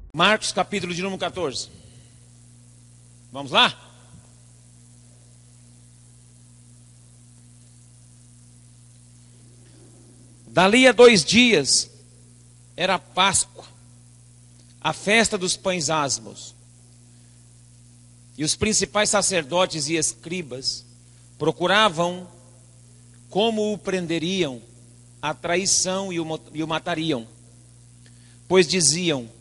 Marcos, capítulo de número 14. Vamos lá? Dali a 2 dias, era a Páscoa, a festa dos pães asmos. E os principais sacerdotes e escribas procuravam como o prenderiam à traição e o matariam. Pois diziam: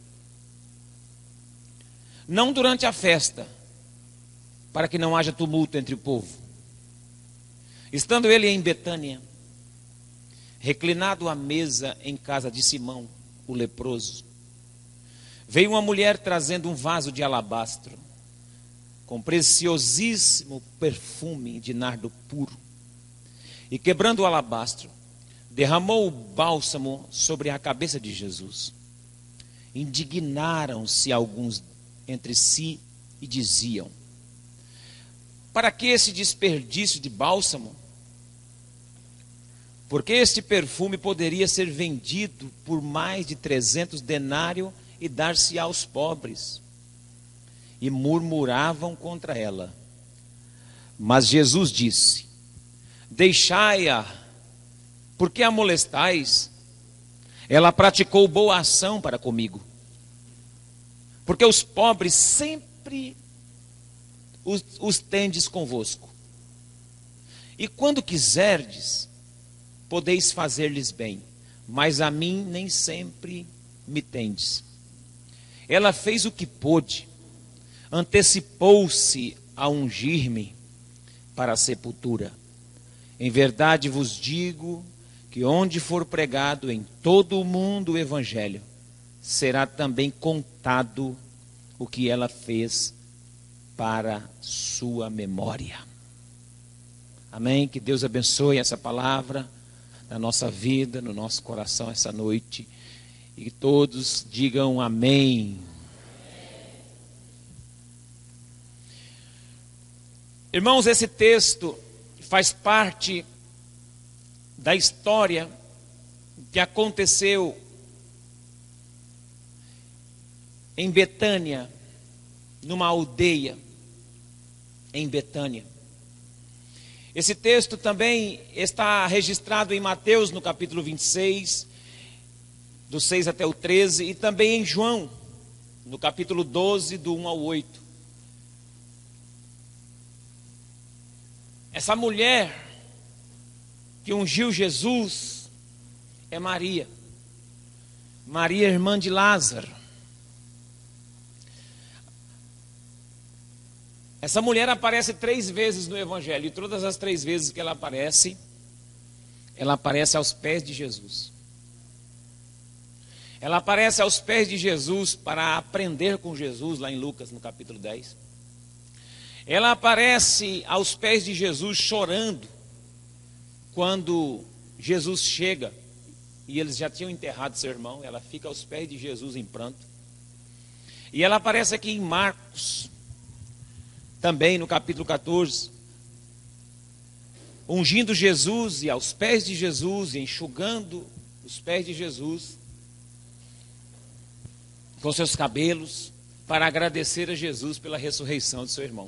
não durante a festa, para que não haja tumulto entre o povo. Estando ele em Betânia, reclinado à mesa em casa de Simão, o leproso, veio uma mulher trazendo um vaso de alabastro, com preciosíssimo perfume de nardo puro, e quebrando o alabastro, derramou o bálsamo sobre a cabeça de Jesus. Indignaram-se alguns entre si e diziam: para que esse desperdício de bálsamo? Porque este perfume poderia ser vendido por mais de 300 denários e dar-se aos pobres. E murmuravam contra ela. Mas Jesus disse: deixai-a, porque a molestais? Ela praticou boa ação para comigo. Porque os pobres sempre os tendes convosco. E quando quiserdes, podeis fazer-lhes bem, mas a mim nem sempre me tendes. Ela fez o que pôde, antecipou-se a ungir-me para a sepultura. Em verdade vos digo que onde for pregado em todo o mundo o evangelho, será também contado o que ela fez para sua memória. Amém? Que Deus abençoe essa palavra na nossa vida, no nosso coração essa noite. E todos digam amém. Irmãos, esse texto faz parte da história que aconteceu em Betânia, numa aldeia em Betânia. Esse texto também está registrado em Mateus, no capítulo 26, do 6 até o 13, e também em João, no capítulo 12, do 1 ao 8. Essa mulher que ungiu Jesus é Maria. Maria, irmã de Lázaro. Essa mulher aparece 3 vezes no Evangelho, e todas as 3 vezes que ela aparece aos pés de Jesus. Ela aparece aos pés de Jesus para aprender com Jesus, lá em Lucas, no capítulo 10. Ela aparece aos pés de Jesus chorando, quando Jesus chega, e eles já tinham enterrado seu irmão. Ela fica aos pés de Jesus em pranto. E ela aparece aqui em Marcos, também no capítulo 14, ungindo Jesus e aos pés de Jesus, e enxugando os pés de Jesus com seus cabelos, para agradecer a Jesus pela ressurreição de seu irmão.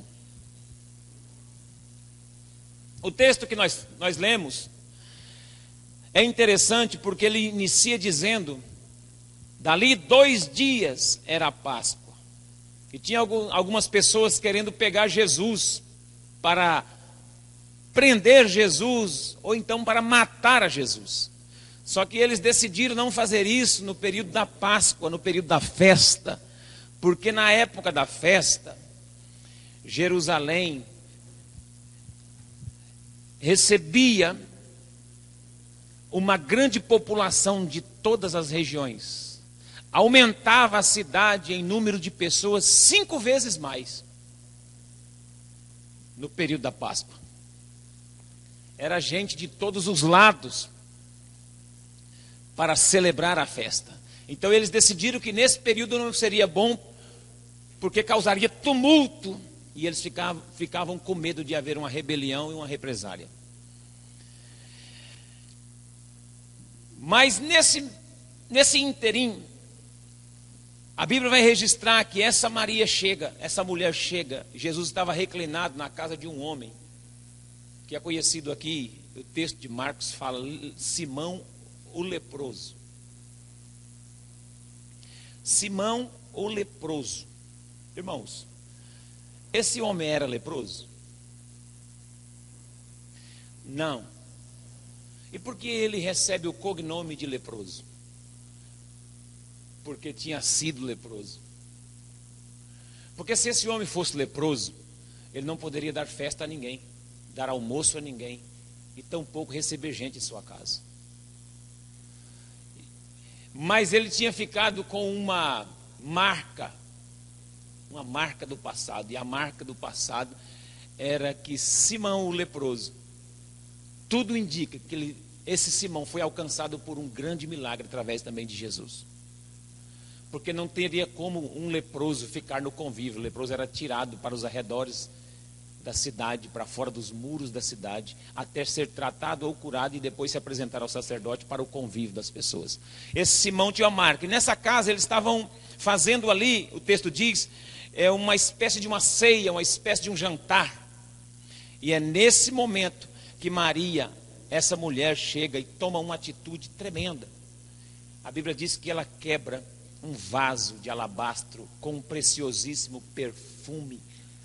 O texto que nós lemos é interessante porque ele inicia dizendo: dali 2 dias era a Páscoa. E tinha algumas pessoas querendo pegar Jesus para prender Jesus, ou então para matar a Jesus. Só que eles decidiram não fazer isso no período da Páscoa, no período da festa, porque na época da festa, Jerusalém recebia uma grande população de todas as regiões. Aumentava a cidade em número de pessoas 5 vezes mais no período da Páscoa. Era gente de todos os lados para celebrar a festa. Então eles decidiram que nesse período não seria bom, porque causaria tumulto, e eles ficavam com medo de haver uma rebelião e uma represália. Mas nesse interim, A Bíblia vai registrar que essa mulher chega, Jesus estava reclinado na casa de um homem, que é conhecido aqui, o texto de Marcos fala, Simão o leproso. Simão o leproso. Irmãos, esse homem era leproso? Não. E por que ele recebe o cognome de leproso? Porque tinha sido leproso. Porque se esse homem fosse leproso, ele não poderia dar festa a ninguém, dar almoço a ninguém, e tampouco receber gente em sua casa. Mas ele tinha ficado com uma marca do passado, e a marca do passado era que Simão o leproso, tudo indica que esse Simão foi alcançado por um grande milagre através também de Jesus. Porque não teria como um leproso ficar no convívio. O leproso era tirado para os arredores da cidade, para fora dos muros da cidade, até ser tratado ou curado e depois se apresentar ao sacerdote para o convívio das pessoas. Esse Simão tinha uma marca. E nessa casa eles estavam fazendo ali, o texto diz, uma espécie de uma ceia, uma espécie de um jantar. E é nesse momento que Maria, essa mulher, chega e toma uma atitude tremenda. A Bíblia diz que ela quebra um vaso de alabastro com um preciosíssimo perfume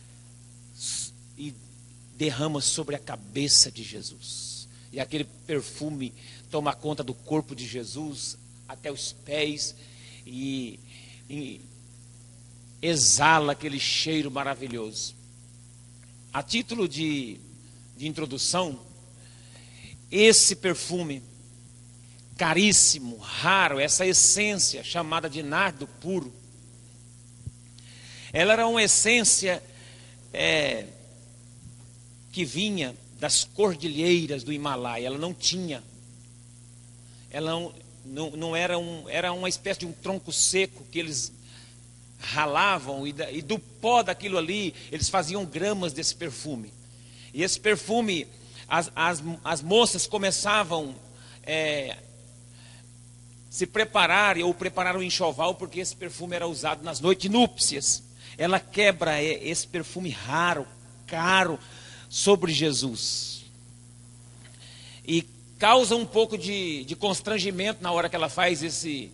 e derrama sobre a cabeça de Jesus. E aquele perfume toma conta do corpo de Jesus até os pés e exala aquele cheiro maravilhoso. A título de introdução, esse perfume caríssimo, raro, essa essência chamada de nardo puro, ela era uma essência que vinha das cordilheiras do Himalaia. Ela não tinha, ela não era era uma espécie de um tronco seco que eles ralavam e do pó daquilo ali eles faziam gramas desse perfume. E esse perfume, as moças começavam se preparar ou preparar o enxoval, porque esse perfume era usado nas noites de núpcias. Ela quebra esse perfume raro, caro, sobre Jesus. E causa um pouco de constrangimento na hora que ela faz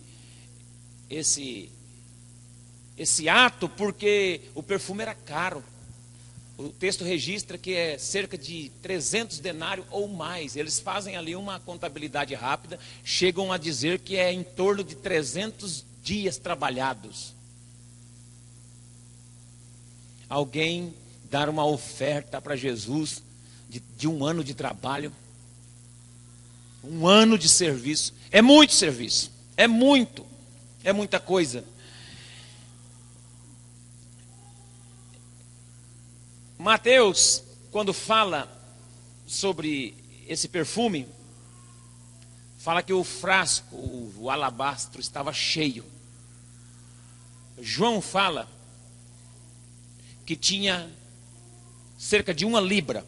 esse ato, porque o perfume era caro. O texto registra que é cerca de 300 denários ou mais. Eles fazem ali uma contabilidade rápida, chegam a dizer que é em torno de 300 dias trabalhados. Alguém dar uma oferta para Jesus de um ano de trabalho, um ano de serviço, é muito serviço, é muita coisa. Mateus, quando fala sobre esse perfume, fala que o frasco, o alabastro estava cheio. João fala que tinha cerca de 1 libra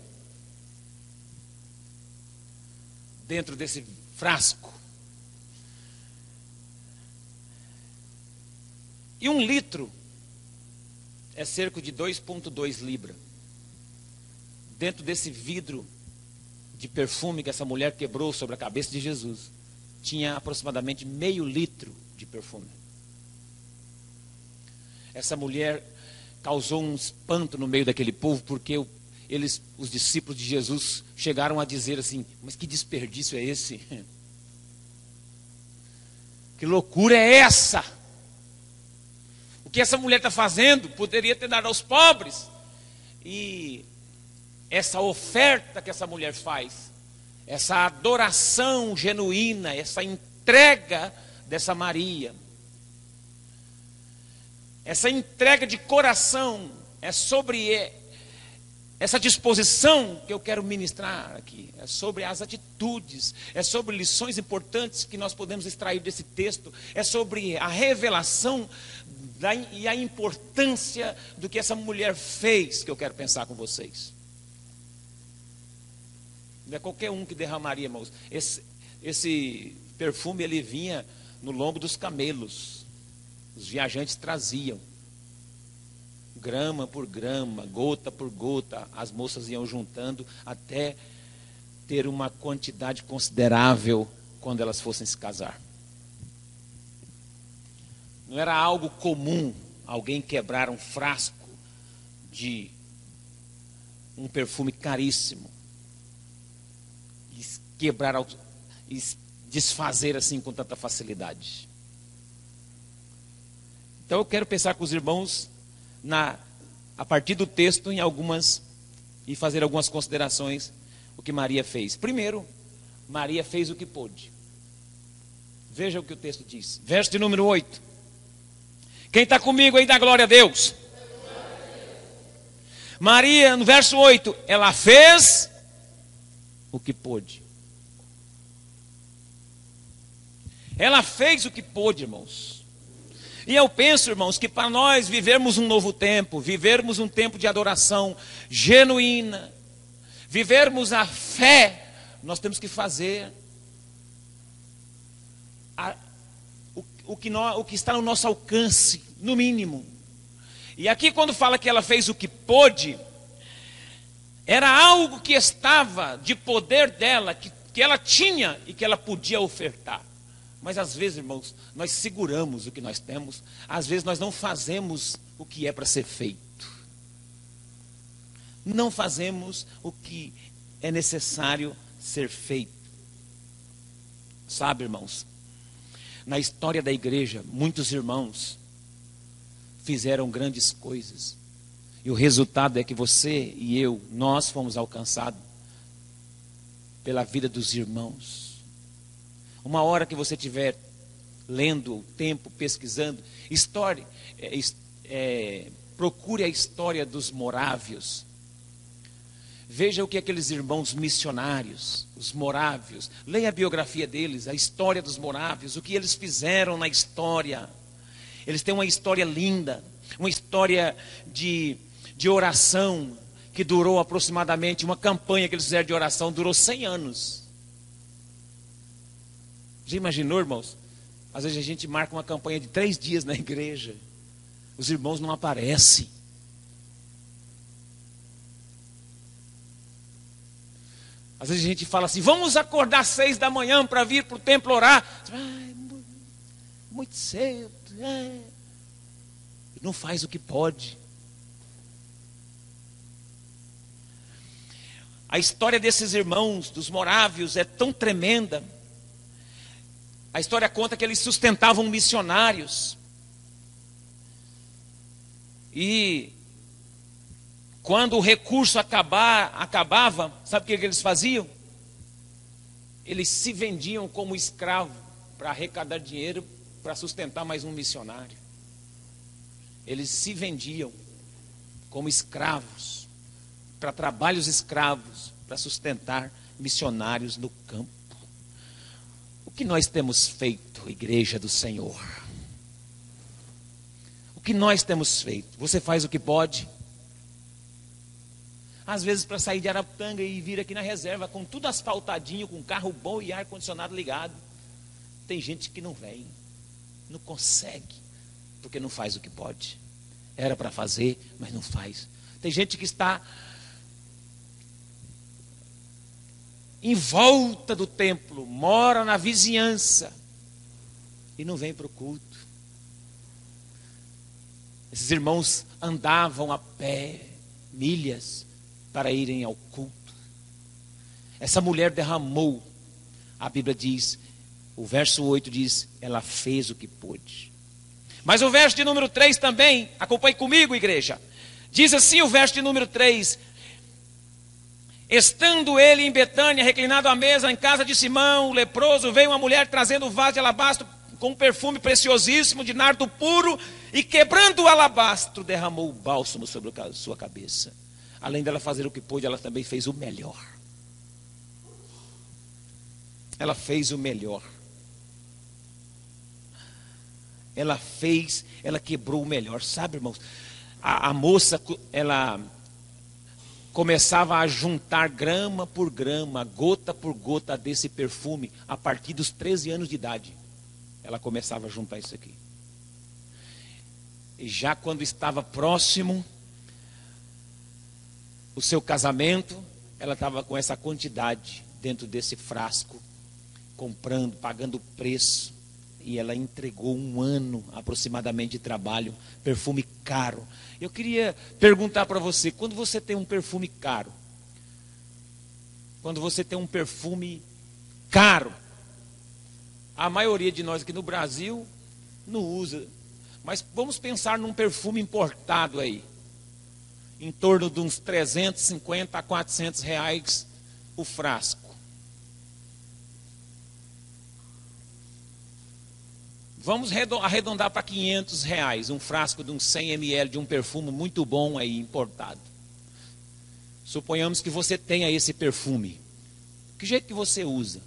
dentro desse frasco. E 1 litro é cerca de 2,2 libras. Dentro desse vidro de perfume que essa mulher quebrou sobre a cabeça de Jesus, tinha aproximadamente meio litro de perfume. Essa mulher causou um espanto no meio daquele povo, porque os discípulos de Jesus chegaram a dizer assim: mas que desperdício é esse? Que loucura é essa? O que essa mulher está fazendo? Poderia ter dado aos pobres. E essa oferta que essa mulher faz, essa adoração genuína, essa entrega dessa Maria, essa entrega de coração, é sobre essa disposição que eu quero ministrar aqui. É sobre as atitudes, é sobre lições importantes que nós podemos extrair desse texto, é sobre a revelação e a importância do que essa mulher fez, que eu quero pensar com vocês. Não é qualquer um que derramaria, irmãos. Esse perfume, ele vinha no lombo dos camelos. Os viajantes traziam, grama por grama, gota por gota, as moças iam juntando até ter uma quantidade considerável quando elas fossem se casar. Não era algo comum alguém quebrar um frasco de um perfume caríssimo e quebrar e desfazer assim com tanta facilidade. Então eu quero pensar com os irmãos a partir do texto e fazer algumas considerações o que Maria fez. Primeiro, Maria fez o que pôde. Veja o que o texto diz. Verso de número 8. Quem está comigo aí dá glória a Deus. Maria, no verso 8, ela fez o que pôde. Ela fez o que pôde, irmãos. E eu penso, irmãos, que para nós vivermos um novo tempo, vivermos um tempo de adoração genuína, vivermos a fé, nós temos que fazer o que está no nosso alcance, no mínimo. E aqui quando fala que ela fez o que pôde, era algo que estava de poder dela, que ela tinha e que ela podia ofertar. Mas às vezes, irmãos, nós seguramos o que nós temos, às vezes nós não fazemos o que é para ser feito. Não fazemos o que é necessário ser feito. Sabe, irmãos, na história da igreja, muitos irmãos fizeram grandes coisas. E o resultado é que você e eu, nós fomos alcançados pela vida dos irmãos. Uma hora que você estiver lendo o tempo, pesquisando, procure a história dos morávios. Veja o que aqueles irmãos missionários, os morávios, leia a biografia deles, a história dos morávios, o que eles fizeram na história. Eles têm uma história linda, uma história de oração, que durou aproximadamente, uma campanha que eles fizeram de oração, durou 100 anos. Já imaginou, irmãos? Às vezes a gente marca uma campanha de 3 dias na igreja, os irmãos não aparecem. Às vezes a gente fala assim, vamos acordar às 6 da manhã para vir para o templo orar. Muito cedo. Não faz o que pode. A história desses irmãos, dos morávios, é tão tremenda. A história conta que eles sustentavam missionários. E quando o recurso acabava, sabe o que eles faziam? Eles se vendiam como escravo para arrecadar dinheiro para sustentar mais um missionário. Eles se vendiam como escravos, para trabalhos escravos, para sustentar missionários no campo. O que nós temos feito, igreja do Senhor? O que nós temos feito? Você faz o que pode? Às vezes para sair de Arapuanga e vir aqui na reserva com tudo asfaltadinho, com carro bom e ar-condicionado ligado. Tem gente que não vem, não consegue, porque não faz o que pode. Era para fazer, mas não faz. Tem gente que está em volta do templo, mora na vizinhança e não vem para o culto. Esses irmãos andavam a pé, milhas, para irem ao culto. Essa mulher derramou, a Bíblia diz, o verso 8 diz, ela fez o que pôde. Mas o verso de número 3 também, acompanhe comigo, igreja. Diz assim o verso de número 3: estando ele em Betânia, reclinado à mesa em casa de Simão, o leproso, veio uma mulher trazendo um vaso de alabastro com um perfume preciosíssimo de nardo puro, e quebrando o alabastro, derramou o bálsamo sobre a sua cabeça. Além dela fazer o que pôde, ela também fez o melhor. Ela fez o melhor. Ela quebrou o melhor. Sabe, irmãos, a moça, ela começava a juntar grama por grama, gota por gota desse perfume, a partir dos 13 anos de idade. Ela começava a juntar isso aqui. E já quando estava próximo o seu casamento, ela estava com essa quantidade dentro desse frasco, comprando, pagando o preço. E ela entregou 1 ano aproximadamente de trabalho, perfume caro. Eu queria perguntar para você, quando você tem um perfume caro, quando você tem um perfume caro, a maioria de nós aqui no Brasil não usa, mas vamos pensar num perfume importado aí, em torno de uns 350 a 400 reais o frasco. Vamos arredondar para 500 reais, um frasco de uns 100 ml de um perfume muito bom aí, importado. Suponhamos que você tenha esse perfume. Que jeito que você usa?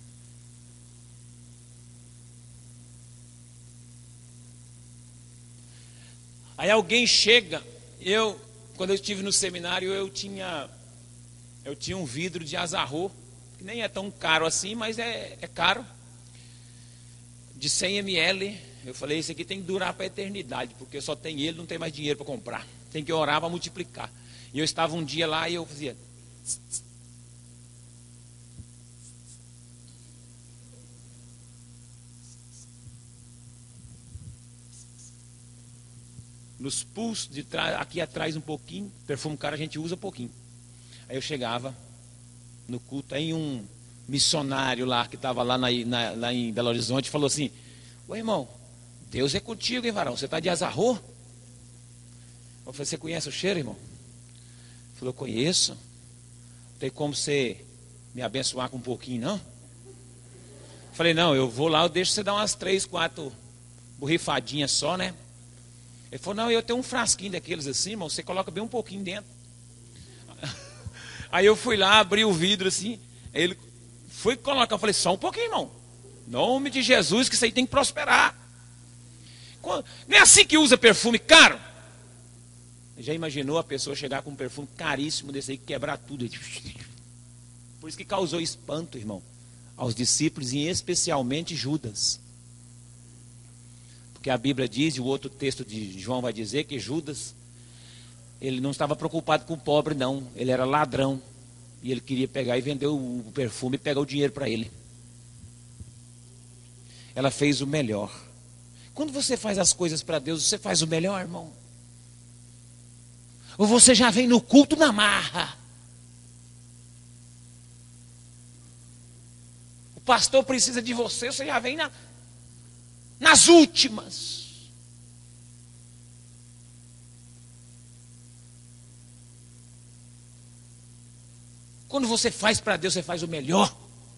Aí alguém chega, quando eu estive no seminário, eu tinha um vidro de azarro, que nem é tão caro assim, mas é caro. De 100 ml, eu falei, esse aqui tem que durar para a eternidade, porque só tem ele, não tem mais dinheiro para comprar. Tem que orar para multiplicar. E eu estava um dia lá e eu fazia... Nos pulsos de trás, aqui atrás um pouquinho, perfume caro a gente usa pouquinho. Aí eu chegava no culto, aí um missionário lá, que estava lá em Belo Horizonte, falou assim, ô irmão, Deus é contigo, hein, varão? Você está de azarro? Eu falei, você conhece o cheiro, irmão? Ele falou, conheço. Não tem como você me abençoar com um pouquinho, não? Eu falei, não, eu vou lá, eu deixo você dar umas 3, 4 borrifadinhas só, né? Ele falou, não, eu tenho um frasquinho daqueles assim, irmão, você coloca bem um pouquinho dentro. Aí eu fui lá, abri o vidro assim, ele foi colocar, eu falei, só um pouquinho, irmão. Em nome de Jesus, que isso aí tem que prosperar. Não é assim que usa perfume caro? Já imaginou a pessoa chegar com um perfume caríssimo desse aí, quebrar tudo? Por isso que causou espanto, irmão, aos discípulos, e especialmente Judas. Porque a Bíblia diz, e o outro texto de João vai dizer, que Judas, ele não estava preocupado com o pobre, não. Ele era ladrão. E ele queria pegar e vender o perfume e pegar o dinheiro para ele. Ela fez o melhor. Quando você faz as coisas para Deus, você faz o melhor, irmão? Ou você já vem no culto na marra? O pastor precisa de você, você já vem nas últimas. Quando você faz para Deus, você faz o melhor.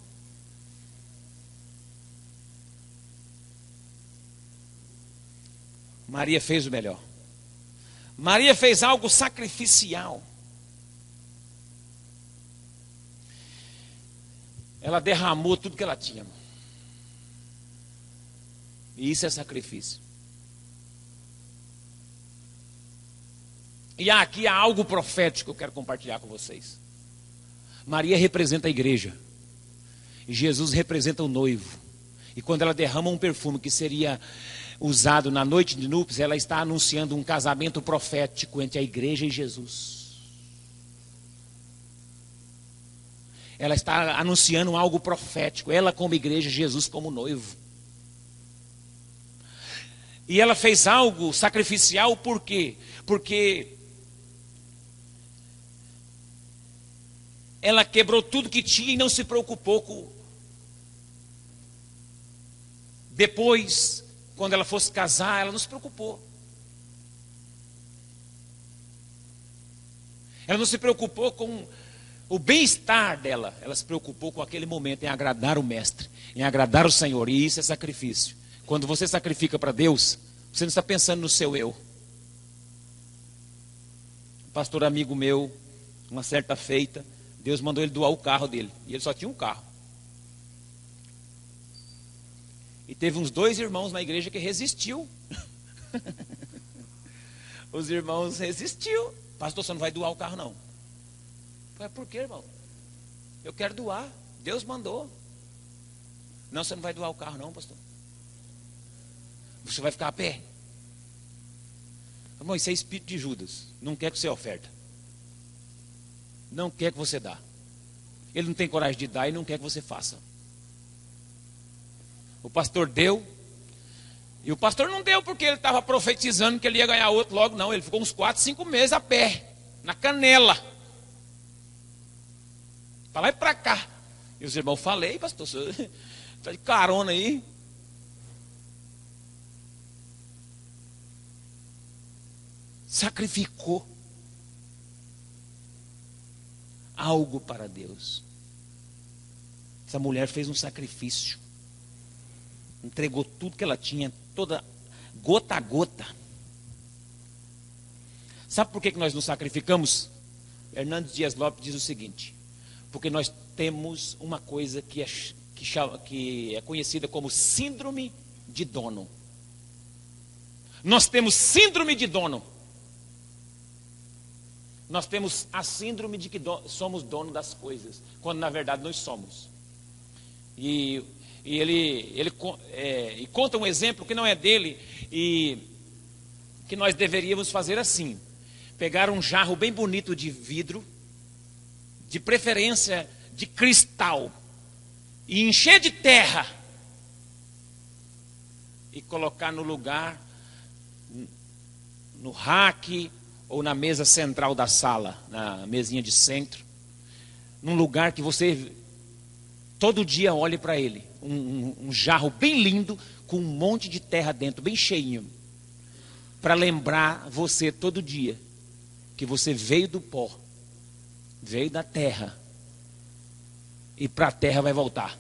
Maria fez o melhor. Maria fez algo sacrificial. Ela derramou tudo que ela tinha. E isso é sacrifício. E aqui há algo profético que eu quero compartilhar com vocês. Maria representa a igreja. E Jesus representa o noivo. E quando ela derrama um perfume que seria usado na noite de núpcias, ela está anunciando um casamento profético entre a igreja e Jesus. Ela está anunciando algo profético. Ela como igreja, Jesus como noivo. E ela fez algo sacrificial por quê? Porque ela quebrou tudo que tinha e não se preocupou com... Depois, quando ela fosse casar, ela não se preocupou. Ela não se preocupou com o bem-estar dela. Ela se preocupou com aquele momento, em agradar o mestre, em agradar o Senhor. E isso é sacrifício. Quando você sacrifica para Deus, você não está pensando no seu eu. Um pastor amigo meu, uma certa feita, Deus mandou ele doar o carro dele. E ele só tinha um carro. E teve uns 2 irmãos na igreja que resistiu. Os irmãos resistiu. Pastor, você não vai doar o carro, não. Eu falei, por quê, irmão? Eu quero doar. Deus mandou. Não, você não vai doar o carro, não, pastor. Você vai ficar a pé. Irmão, isso é espírito de Judas. Não quer que você oferta. Não quer que você dá. Ele não tem coragem de dar e não quer que você faça. O pastor deu. E o pastor não deu porque ele estava profetizando que ele ia ganhar outro logo. Não, ele ficou uns 4, 5 meses a pé. Na canela. Para lá e para cá. E os irmãos, falei, pastor, você está de carona aí. Sacrificou algo para Deus. Essa mulher fez um sacrifício. Entregou tudo que ela tinha, toda gota a gota. Sabe por que nós nos sacrificamos? Hernandes Dias Lopes diz o seguinte: porque nós temos uma coisa que é conhecida como síndrome de dono. Nós temos síndrome de dono. Nós temos a síndrome de que somos dono das coisas, quando na verdade nós somos. E ele conta um exemplo que não é dele, e que nós deveríamos fazer assim: pegar um jarro bem bonito de vidro, de preferência de cristal, e encher de terra, e colocar no lugar, no rack, ou na mesa central da sala, na mesinha de centro, num lugar que você todo dia olhe para ele, um jarro bem lindo, com um monte de terra dentro, bem cheinho, para lembrar você todo dia que você veio do pó, veio da terra, e para a terra vai voltar.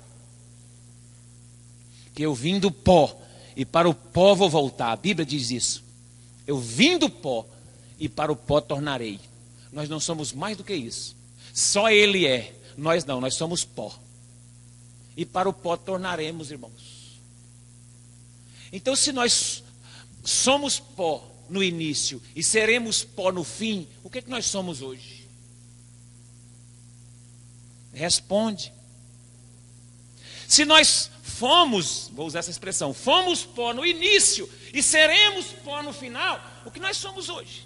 Que eu vim do pó, e para o pó vou voltar. A Bíblia diz isso. Eu vim do pó, e para o pó tornarei. Nós não somos mais do que isso. Só Ele é. Nós não, nós somos pó. E para o pó tornaremos, irmãos. Então, se nós somos pó no início e seremos pó no fim, o que nós somos hoje? Responde. Se nós fomos, vou usar essa expressão, fomos pó no início e seremos pó no final, o que nós somos hoje?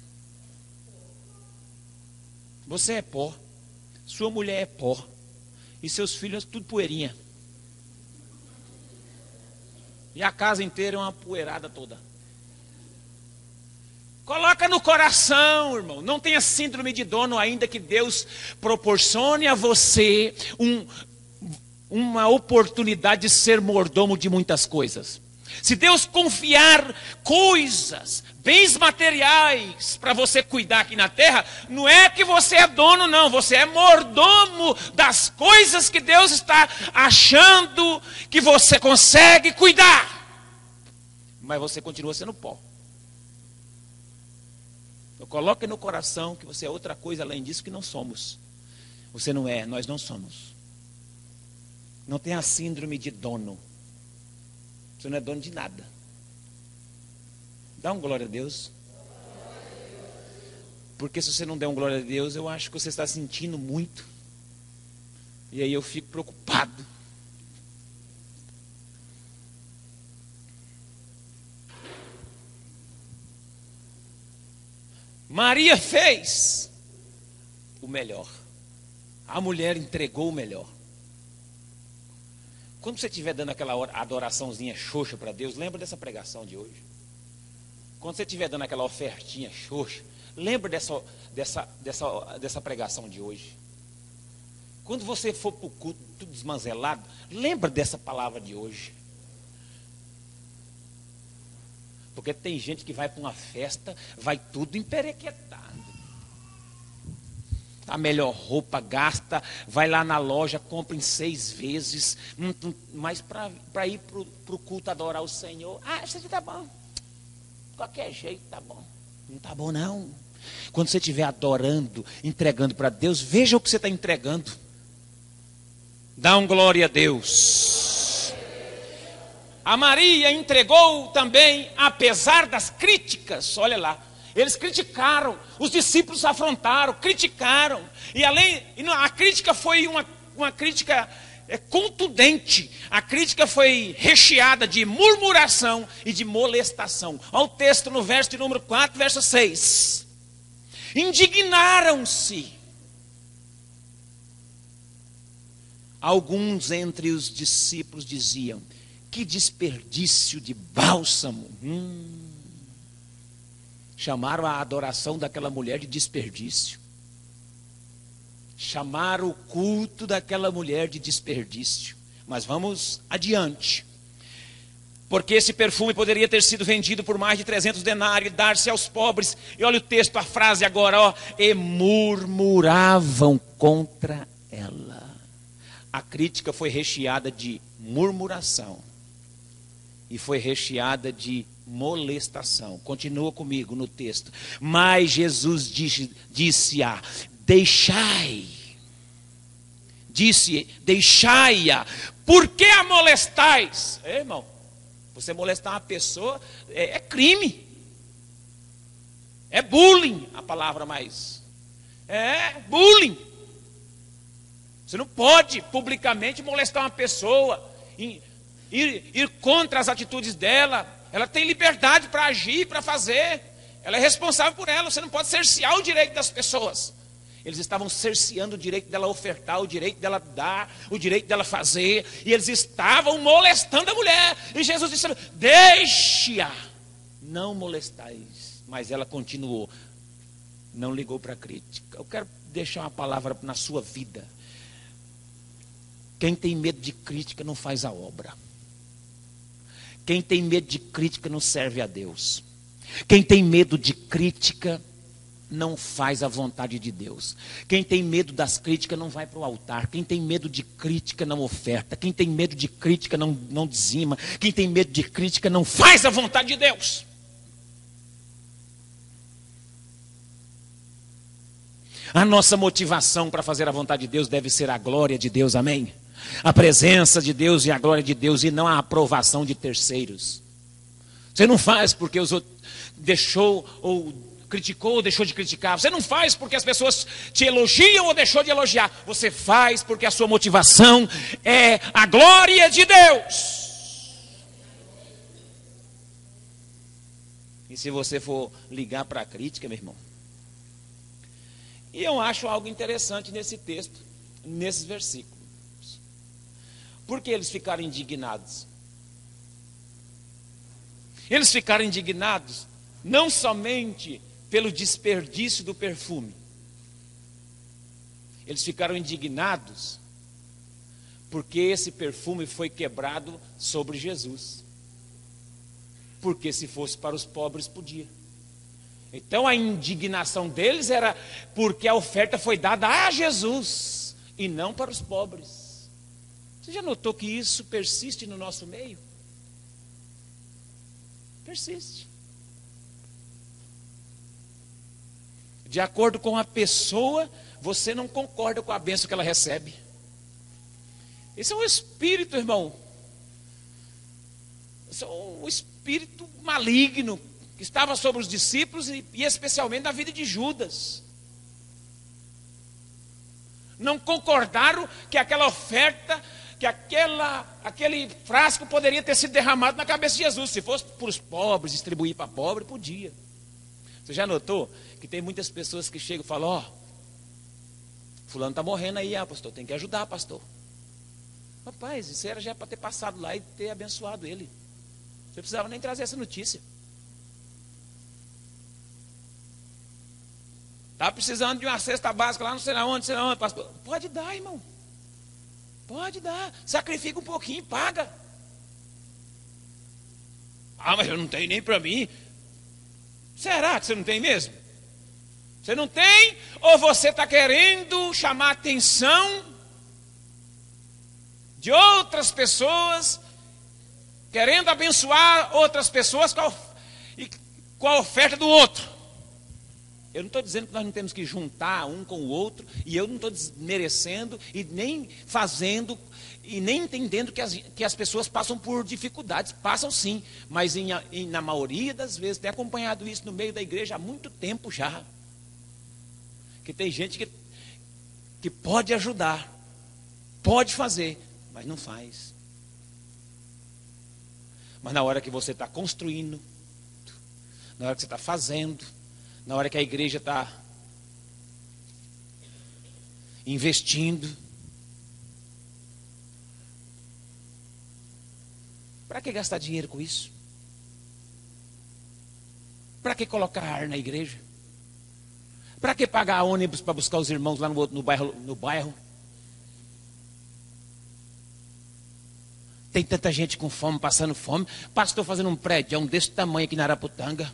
Você é pó, sua mulher é pó, e seus filhos tudo poeirinha. E a casa inteira é uma poeirada toda. Coloca no coração, irmão. Não tenha síndrome de dono, ainda que Deus proporcione a você uma oportunidade de ser mordomo de muitas coisas. Se Deus confiar coisas, bens materiais para você cuidar aqui na terra, não é que você é dono, não. Você é mordomo das coisas que Deus está achando que você consegue cuidar. Mas você continua sendo pó. Então, coloque no coração que você é outra coisa além disso que não somos. Você não é, nós não somos. Não tem a síndrome de dono. Você não é dono de nada. Dá um glória a Deus. Porque se você não der um glória a Deus, eu acho que você está sentindo muito. E aí eu fico preocupado. Maria fez o melhor. A mulher entregou o melhor. Quando você estiver dando aquela adoraçãozinha xoxa para Deus, lembra dessa pregação de hoje. Quando você estiver dando aquela ofertinha xoxa, lembra dessa pregação de hoje. Quando você for para o culto tudo desmanzelado, lembra dessa palavra de hoje. Porque tem gente que vai para uma festa, vai tudo emperequetado. A melhor roupa, gasta, vai lá na loja, compra em 6 vezes, mas para ir para o culto adorar o Senhor, isso aqui tá bom, qualquer jeito tá bom. Não tá bom não. Quando você estiver adorando, entregando para Deus, veja o que você está entregando. Dá um glória a Deus. A Maria entregou também, apesar das críticas, olha lá. Eles criticaram, os discípulos afrontaram, criticaram. E a crítica foi uma crítica contundente. A crítica foi recheada de murmuração e de molestação. Olha o texto no verso de número 4, verso 6. Indignaram-se alguns entre os discípulos, diziam: que desperdício de bálsamo. Chamaram a adoração daquela mulher de desperdício. Chamaram o culto daquela mulher de desperdício. Mas vamos adiante. Porque esse perfume poderia ter sido vendido por mais de 300 denários e dar-se aos pobres. E olha o texto, a frase agora, ó. E murmuravam contra ela. A crítica foi recheada de murmuração. E foi recheada de molestação. Continua comigo no texto. Mas Jesus disse-a: deixai-a, por que a molestais? Irmão, você molestar uma pessoa é crime. É bullying, a palavra mais. É bullying. Você não pode publicamente molestar uma pessoa, ir contra as atitudes dela. Ela tem liberdade para agir, para fazer. Ela é responsável por ela. Você não pode cercear o direito das pessoas. Eles estavam cerceando o direito dela ofertar, o direito dela dar, o direito dela fazer. E eles estavam molestando a mulher. E Jesus disse: deixe-a, não molestais. Mas ela continuou. Não ligou para a crítica. Eu quero deixar uma palavra na sua vida. Quem tem medo de crítica não faz a obra. Quem tem medo de crítica não serve a Deus. Quem tem medo de crítica não faz a vontade de Deus. Quem tem medo das críticas não vai para o altar. Quem tem medo de crítica não oferta. Quem tem medo de crítica não dizima. Quem tem medo de crítica não faz a vontade de Deus. A nossa motivação para fazer a vontade de Deus deve ser a glória de Deus, amém? A presença de Deus e a glória de Deus, e não a aprovação de terceiros. Você não faz porque os outros deixou ou criticou ou deixou de criticar. Você não faz porque as pessoas te elogiam ou deixou de elogiar. Você faz porque a sua motivação é a glória de Deus. E se você for ligar para a crítica, meu irmão, e eu acho algo interessante nesse texto, nesses versículos. Por que eles ficaram indignados? Eles ficaram indignados não somente pelo desperdício do perfume. Eles ficaram indignados porque esse perfume foi quebrado sobre Jesus. Porque se fosse para os pobres, podia. Então a indignação deles era porque a oferta foi dada a Jesus e não para os pobres. Você já notou que isso persiste no nosso meio? Persiste. De acordo com a pessoa, você não concorda com a bênção que ela recebe. Esse é um espírito, irmão. Esse é um espírito maligno que estava sobre os discípulos e especialmente na vida de Judas. Não concordaram que aquela oferta, que aquele frasco poderia ter sido derramado na cabeça de Jesus. Se fosse para os pobres, distribuir para pobre, podia. Você já notou que tem muitas pessoas que chegam e falam: ó, fulano está morrendo aí, pastor, tem que ajudar, pastor. Rapaz, isso era já para ter passado lá e ter abençoado ele. Você precisava nem trazer essa notícia. Está precisando de uma cesta básica lá, não sei onde, pastor. Pode dar, irmão. Pode dar. Sacrifica um pouquinho, paga. Ah, mas eu não tenho nem para mim. Será que você não tem mesmo? Você não tem? Ou você está querendo chamar a atenção de outras pessoas, querendo abençoar outras pessoas com a oferta do outro? Eu não estou dizendo que nós não temos que juntar um com o outro, e eu não estou desmerecendo, e nem fazendo, e nem entendendo que as pessoas passam por dificuldades. Passam sim, mas na maioria das vezes, tenho acompanhado isso no meio da igreja há muito tempo já. Que tem gente que pode ajudar, pode fazer, mas não faz. Mas na hora que você está construindo, na hora que você está fazendo, na hora que a igreja está investindo, para que gastar dinheiro com isso? Para que colocar ar na igreja? Para que pagar ônibus para buscar os irmãos lá no bairro? Tem tanta gente com fome, passando fome. Pastor fazendo um prédio desse tamanho aqui na Araputanga.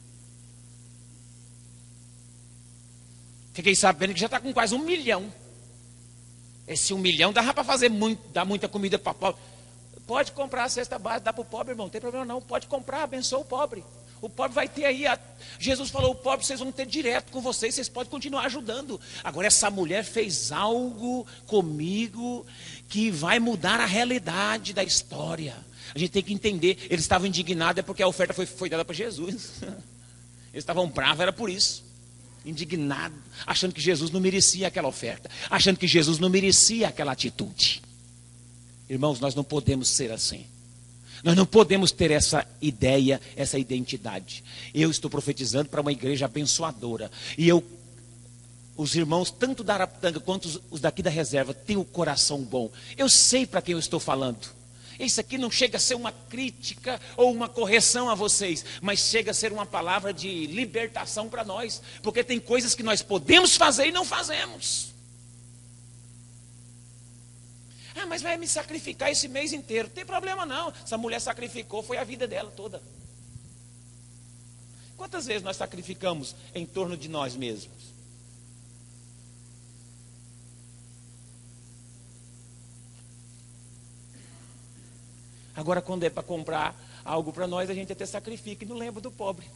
Fiquei sabendo que já está com quase 1 milhão. Esse 1 milhão dá para fazer muito, dá muita comida para pobre. Pode comprar a cesta básica, dá para o pobre, irmão, não tem problema não. Pode comprar, abençoa o pobre. O pobre vai ter aí, Jesus falou, o pobre vocês vão ter direto com vocês, vocês podem continuar ajudando. Agora essa mulher fez algo comigo que vai mudar a realidade da história. A gente tem que entender, eles estavam indignados, é porque a oferta foi dada para Jesus. Eles estavam bravos, era por isso. Indignados, achando que Jesus não merecia aquela oferta, achando que Jesus não merecia aquela atitude. Irmãos, nós não podemos ser assim. Nós não podemos ter essa ideia, essa identidade. Eu estou profetizando para uma igreja abençoadora. E os irmãos, tanto da Araputanga quanto os daqui da reserva, têm o coração bom. Eu sei para quem eu estou falando. Isso aqui não chega a ser uma crítica ou uma correção a vocês, mas chega a ser uma palavra de libertação para nós. Porque tem coisas que nós podemos fazer e não fazemos. Ah, mas vai me sacrificar esse mês inteiro. Não tem problema não. Essa mulher sacrificou, foi a vida dela toda. Quantas vezes nós sacrificamos em torno de nós mesmos? Agora, quando é para comprar algo para nós, a gente até sacrifica e não lembra do pobre.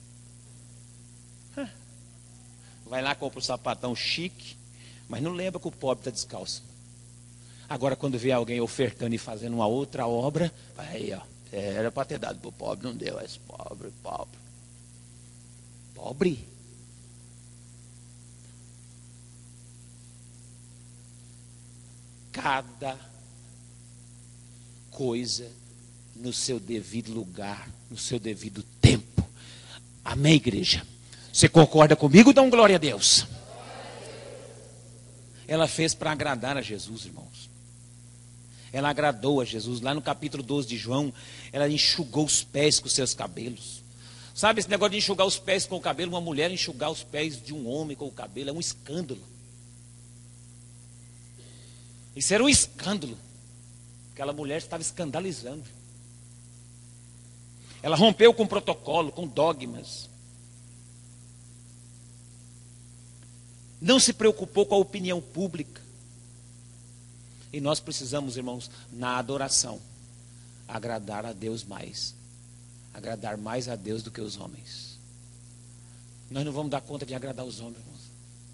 Vai lá, compra um sapatão chique, mas não lembra que o pobre está descalço. Agora, quando vê alguém ofertando e fazendo uma outra obra, aí, ó, era para ter dado para o pobre, não deu, é pobre. Pobre? Cada coisa no seu devido lugar, no seu devido tempo. Amém, igreja? Você concorda comigo? Dá um glória a Deus. Ela fez para agradar a Jesus, irmãos. Ela agradou a Jesus. Lá no capítulo 12 de João, ela enxugou os pés com seus cabelos. Sabe esse negócio de enxugar os pés com o cabelo? Uma mulher enxugar os pés de um homem com o cabelo é um escândalo. Isso era um escândalo. Aquela mulher estava escandalizando. Ela rompeu com protocolo, com dogmas. Não se preocupou com a opinião pública. E nós precisamos, irmãos, na adoração, agradar a Deus mais. Agradar mais a Deus do que os homens. Nós não vamos dar conta de agradar os homens, irmãos.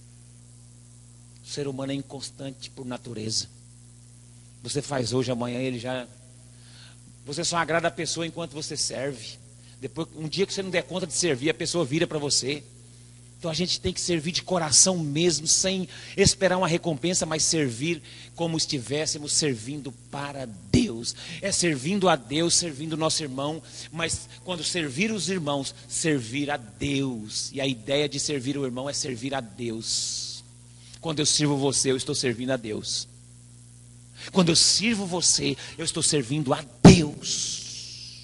O ser humano é inconstante por natureza. Você faz hoje, amanhã ele já... Você só agrada a pessoa enquanto você serve. Depois, um dia que você não der conta de servir, a pessoa vira para você. Então a gente tem que servir de coração mesmo, sem esperar uma recompensa, mas servir como estivéssemos servindo para Deus. É servindo a Deus, servindo o nosso irmão, mas quando servir os irmãos, servir a Deus. E a ideia de servir o irmão é servir a Deus. Quando eu sirvo você, eu estou servindo a Deus. Quando eu sirvo você, eu estou servindo a Deus.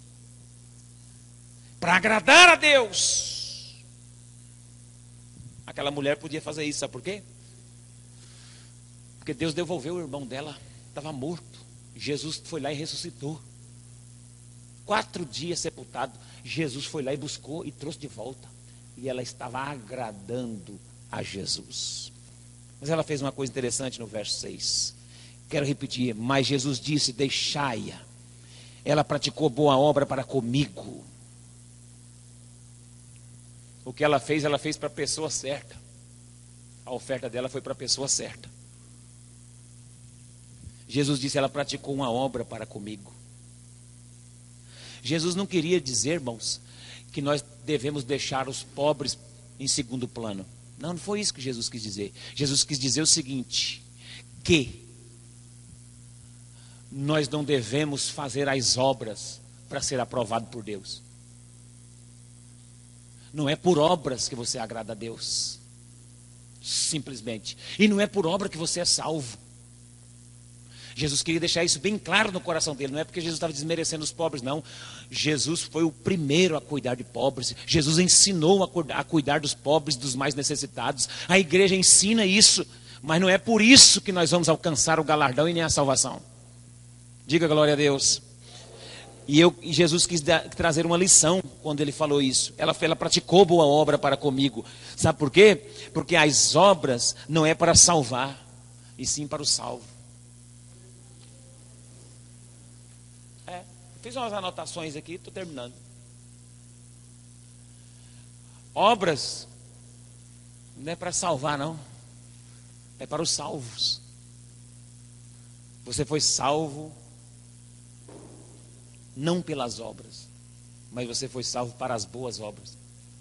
Para agradar a Deus. Aquela mulher podia fazer isso, sabe por quê? Porque Deus devolveu o irmão dela, estava morto. Jesus foi lá e ressuscitou. 4 dias sepultado, Jesus foi lá e buscou e trouxe de volta. E ela estava agradando a Jesus. Mas ela fez uma coisa interessante no verso 6. Quero repetir, mas Jesus disse, deixai-a. Ela praticou boa obra para comigo. O que ela fez para a pessoa certa. A oferta dela foi para a pessoa certa. Jesus disse, ela praticou uma obra para comigo. Jesus não queria dizer, irmãos, que nós devemos deixar os pobres em segundo plano. Não, não foi isso que Jesus quis dizer. Jesus quis dizer o seguinte, que nós não devemos fazer as obras para ser aprovado por Deus. Não é por obras que você agrada a Deus, simplesmente. E não é por obra que você é salvo. Jesus queria deixar isso bem claro no coração dele. Não é porque Jesus estava desmerecendo os pobres, não. Jesus foi o primeiro a cuidar de pobres. Jesus ensinou a cuidar dos pobres, dos mais necessitados. A igreja ensina isso. Mas não é por isso que nós vamos alcançar o galardão e nem a salvação. Diga glória a Deus. E Jesus quis trazer uma lição quando ele falou isso. Ela praticou boa obra para comigo. Sabe por quê? Porque as obras não é para salvar, e sim para o salvo. Fiz umas anotações aqui, estou terminando. Obras não é para salvar, não. É para os salvos. Você foi salvo não pelas obras, mas você foi salvo para as boas obras.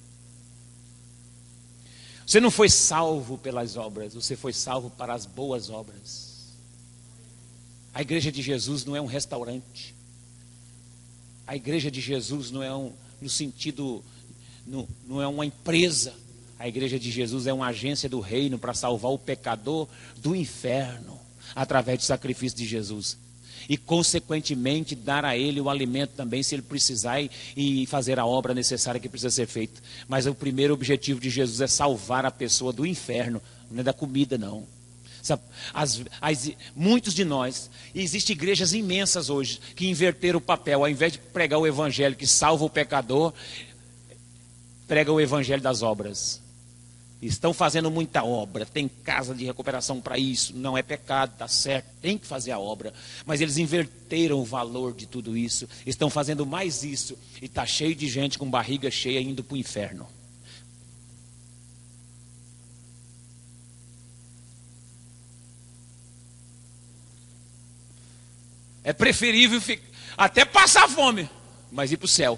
Você não foi salvo pelas obras, você foi salvo para as boas obras. A igreja de Jesus não é um restaurante. A igreja de Jesus não é no sentido, não é uma empresa. A igreja de Jesus é uma agência do reino para salvar o pecador do inferno, através do sacrifício de Jesus. E consequentemente dar a ele o alimento também, se ele precisar, e fazer a obra necessária que precisa ser feita. Mas o primeiro objetivo de Jesus é salvar a pessoa do inferno, não é da comida não. Muitos de nós, e existem igrejas imensas hoje que inverteram o papel. Ao invés de pregar o evangelho que salva o pecador, prega o evangelho das obras. Estão fazendo muita obra, tem casa de recuperação para isso, não é pecado, está certo, tem que fazer a obra. Mas eles inverteram o valor de tudo isso, estão fazendo mais isso, e está cheio de gente com barriga cheia indo para o inferno. É preferível até passar fome, mas ir para o céu.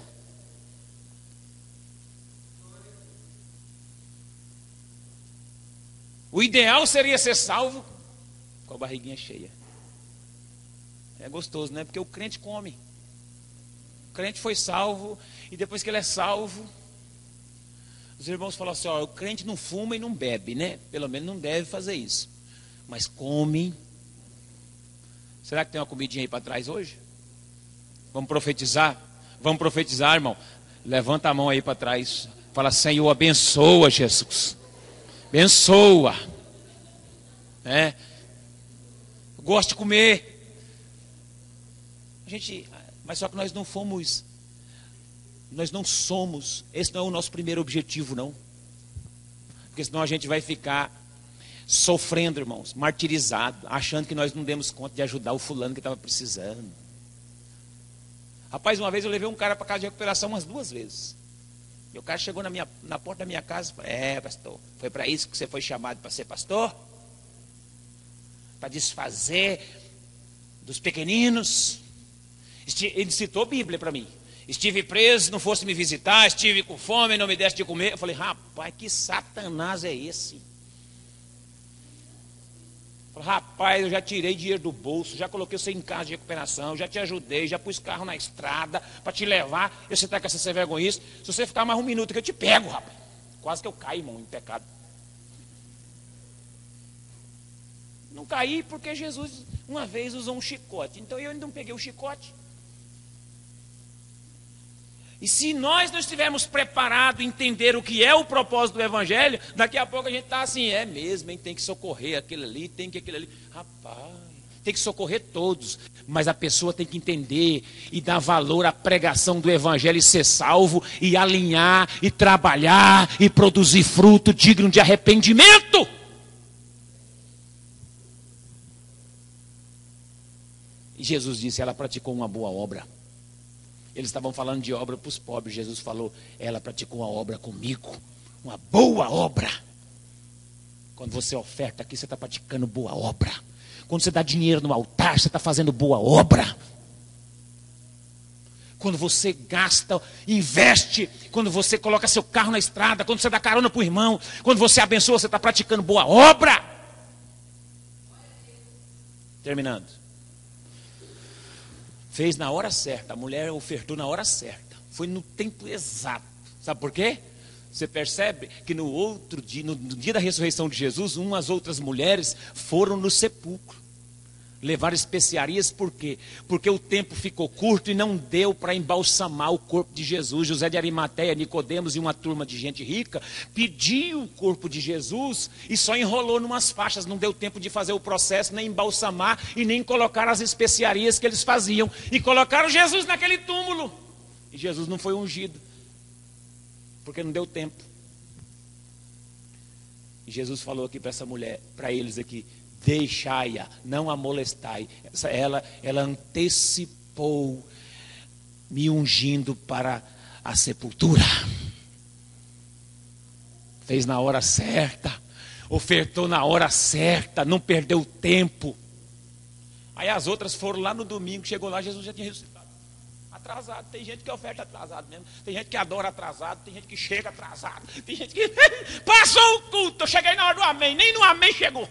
O ideal seria ser salvo com a barriguinha cheia. É gostoso, né? Porque o crente come. O crente foi salvo, e depois que ele é salvo, os irmãos falam assim, ó, o crente não fuma e não bebe, né? Pelo menos não deve fazer isso. Mas come. Será que tem uma comidinha aí para trás hoje? Vamos profetizar? Vamos profetizar, irmão? Levanta a mão aí para trás. Fala, Senhor, abençoa, Jesus. Abençoa. Gosto de comer. Mas só que nós não fomos. Nós não somos. Esse não é o nosso primeiro objetivo, não. Porque senão a gente vai ficar sofrendo, irmãos, martirizado, achando que nós não demos conta de ajudar o fulano que estava precisando. Rapaz, uma vez eu levei um cara para casa de recuperação umas 2 vezes. E o cara chegou na porta da minha casa e falou, pastor, foi para isso que você foi chamado para ser pastor? Para desfazer dos pequeninos? Ele citou a Bíblia para mim. Estive preso, não fosse me visitar, estive com fome, não me desse de comer. Eu falei, rapaz, que Satanás é esse? Rapaz, eu já tirei dinheiro do bolso, já coloquei você em casa de recuperação, já te ajudei, já pus carro na estrada para te levar, e você está com essa vergonhice. Se você ficar mais 1 minuto que eu te pego, rapaz. Quase que eu caio, irmão, em pecado. Não caí porque Jesus uma vez usou um chicote, então eu ainda não peguei o chicote. E se nós não estivermos preparados a entender o que é o propósito do evangelho, daqui a pouco a gente está assim, é mesmo, hein? Tem que socorrer aquele ali, tem que aquele ali. Rapaz, tem que socorrer todos, mas a pessoa tem que entender e dar valor à pregação do evangelho e ser salvo, e alinhar, e trabalhar, e produzir fruto digno de arrependimento. E Jesus disse, ela praticou uma boa obra. Eles estavam falando de obra para os pobres. Jesus falou, ela praticou uma obra comigo. Uma boa obra. Quando você oferta aqui, você está praticando boa obra. Quando você dá dinheiro no altar, você está fazendo boa obra. Quando você gasta, investe. Quando você coloca seu carro na estrada. Quando você dá carona para o irmão. Quando você abençoa, você está praticando boa obra. Terminando. Fez na hora certa, a mulher ofertou na hora certa. Foi no tempo exato. Sabe por quê? Você percebe que no outro dia, no dia da ressurreição de Jesus, umas outras mulheres foram no sepulcro. Levaram especiarias, por quê? Porque o tempo ficou curto e não deu para embalsamar o corpo de Jesus. José de Arimateia, Nicodemos e uma turma de gente rica pediu o corpo de Jesus e só enrolou numas faixas. Não deu tempo de fazer o processo, nem embalsamar e nem colocar as especiarias que eles faziam. E colocaram Jesus naquele túmulo. E Jesus não foi ungido, porque não deu tempo. E Jesus falou aqui para essa mulher, para eles aqui: deixai-a, não a molestai. Ela antecipou me ungindo para a sepultura. Fez na hora certa, ofertou na hora certa, não perdeu tempo. Aí as outras foram lá no domingo, chegou lá, Jesus já tinha ressuscitado. Atrasado, tem gente que oferta atrasado mesmo, tem gente que adora atrasado, tem gente que chega atrasado, tem gente que passou o culto, eu cheguei na hora do amém, nem no amém chegou.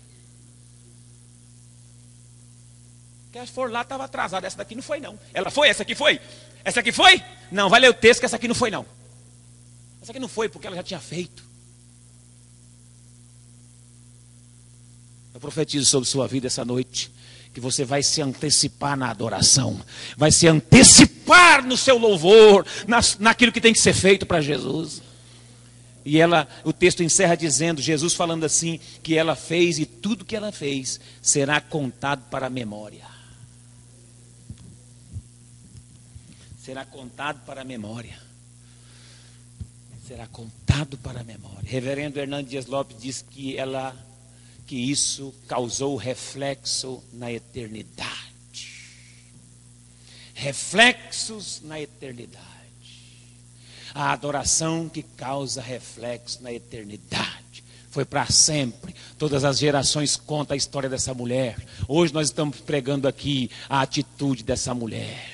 Que elas foram lá, estava atrasada. Essa daqui não foi não. Ela foi? Essa aqui foi? Essa aqui foi? Não, vai ler o texto que essa aqui não foi não. Essa aqui não foi porque ela já tinha feito. Eu profetizo sobre sua vida essa noite que você vai se antecipar na adoração, vai se antecipar no seu louvor, naquilo que tem que ser feito para Jesus. E o texto encerra dizendo, Jesus falando assim, que ela fez e tudo que ela fez será contado para a memória. Será contado para a memória. Será contado para a memória. Reverendo Hernando Dias Lopes diz que isso causou reflexo na eternidade. Reflexos na eternidade. A adoração que causa reflexo na eternidade. Foi para sempre. Todas as gerações contam a história dessa mulher. Hoje nós estamos pregando aqui a atitude dessa mulher.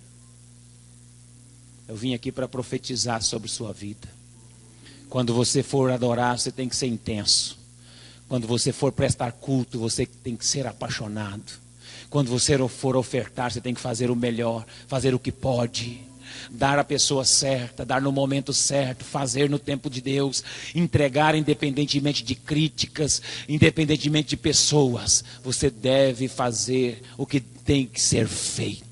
Eu vim aqui para profetizar sobre sua vida. Quando você for adorar, você tem que ser intenso. Quando você for prestar culto, você tem que ser apaixonado. Quando você for ofertar, você tem que fazer o melhor, fazer o que pode. Dar a pessoa certa, dar no momento certo, fazer no tempo de Deus, entregar independentemente de críticas, independentemente de pessoas. Você deve fazer o que tem que ser feito.